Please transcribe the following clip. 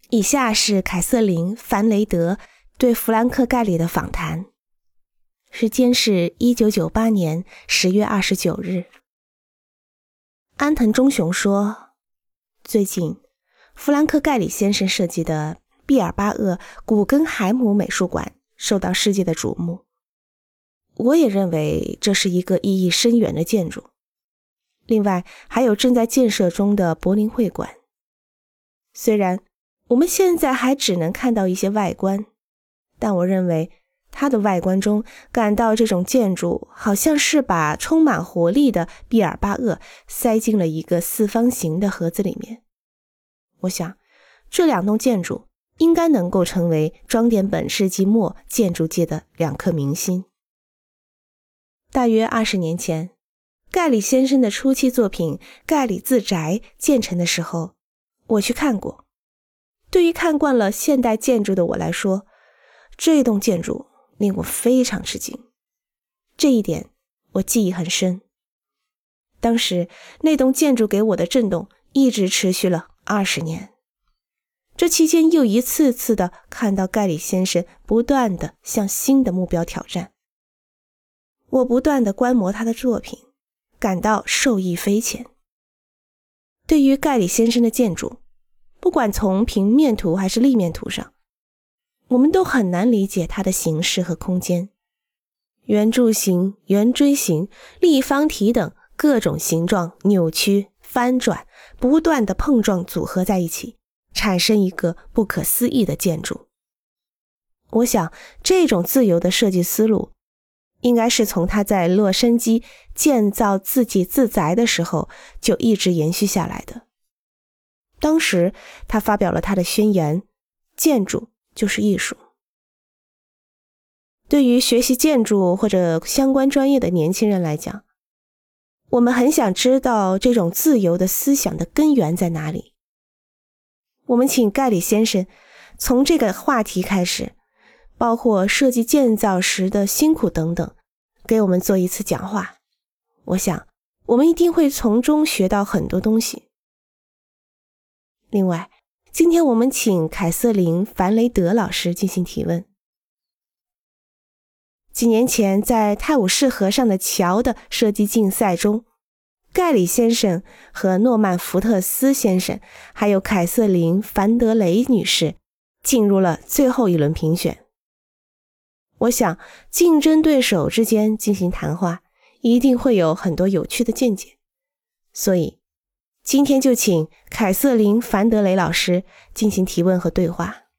以下是凯瑟琳·凡雷德对弗兰克·盖里的访谈，时间是1998年10月29日。安藤忠雄说，最近弗兰克·盖里先生设计的毕尔巴鄂古根海姆美术馆受到世界的瞩目。我也认为这是一个意义深远的建筑。另外还有正在建设中的柏林会馆。虽然我们现在还只能看到一些外观，但我认为它的外观中感到这种建筑好像是把充满活力的毕尔巴鄂塞进了一个四方形的盒子里面。我想这两栋建筑应该能够成为装点本世纪末建筑界的两颗明星。大约20年前，盖里先生的初期作品《盖里自宅》建成的时候，我去看过。对于看惯了现代建筑的我来说，这栋建筑令我非常吃惊，这一点我记忆很深。当时那栋建筑给我的震动一直持续了20年，这期间又一次次地看到盖里先生不断地向新的目标挑战。我不断地观摩他的作品，感到受益匪浅。对于盖里先生的建筑，不管从平面图还是立面图上，我们都很难理解它的形式和空间。圆柱形、圆锥形、立方体等各种形状扭曲、翻转，不断的碰撞组合在一起，产生一个不可思议的建筑。我想这种自由的设计思路应该是从他在洛杉矶建造自己自宅的时候就一直延续下来的。当时他发表了他的宣言，建筑就是艺术。对于学习建筑或者相关专业的年轻人来讲，我们很想知道这种自由的思想的根源在哪里。我们请盖里先生从这个话题开始，包括设计建造时的辛苦等等，给我们做一次讲话。我想我们一定会从中学到很多东西。另外，今天我们请凯瑟琳·凡雷德老师进行提问。几年前在泰晤士河上的桥的设计竞赛中，盖里先生和诺曼·福特斯先生还有凯瑟琳·凡德雷女士进入了最后一轮评选。我想竞争对手之间进行谈话一定会有很多有趣的见解，所以今天就请凯瑟琳·凡德雷老师进行提问和对话。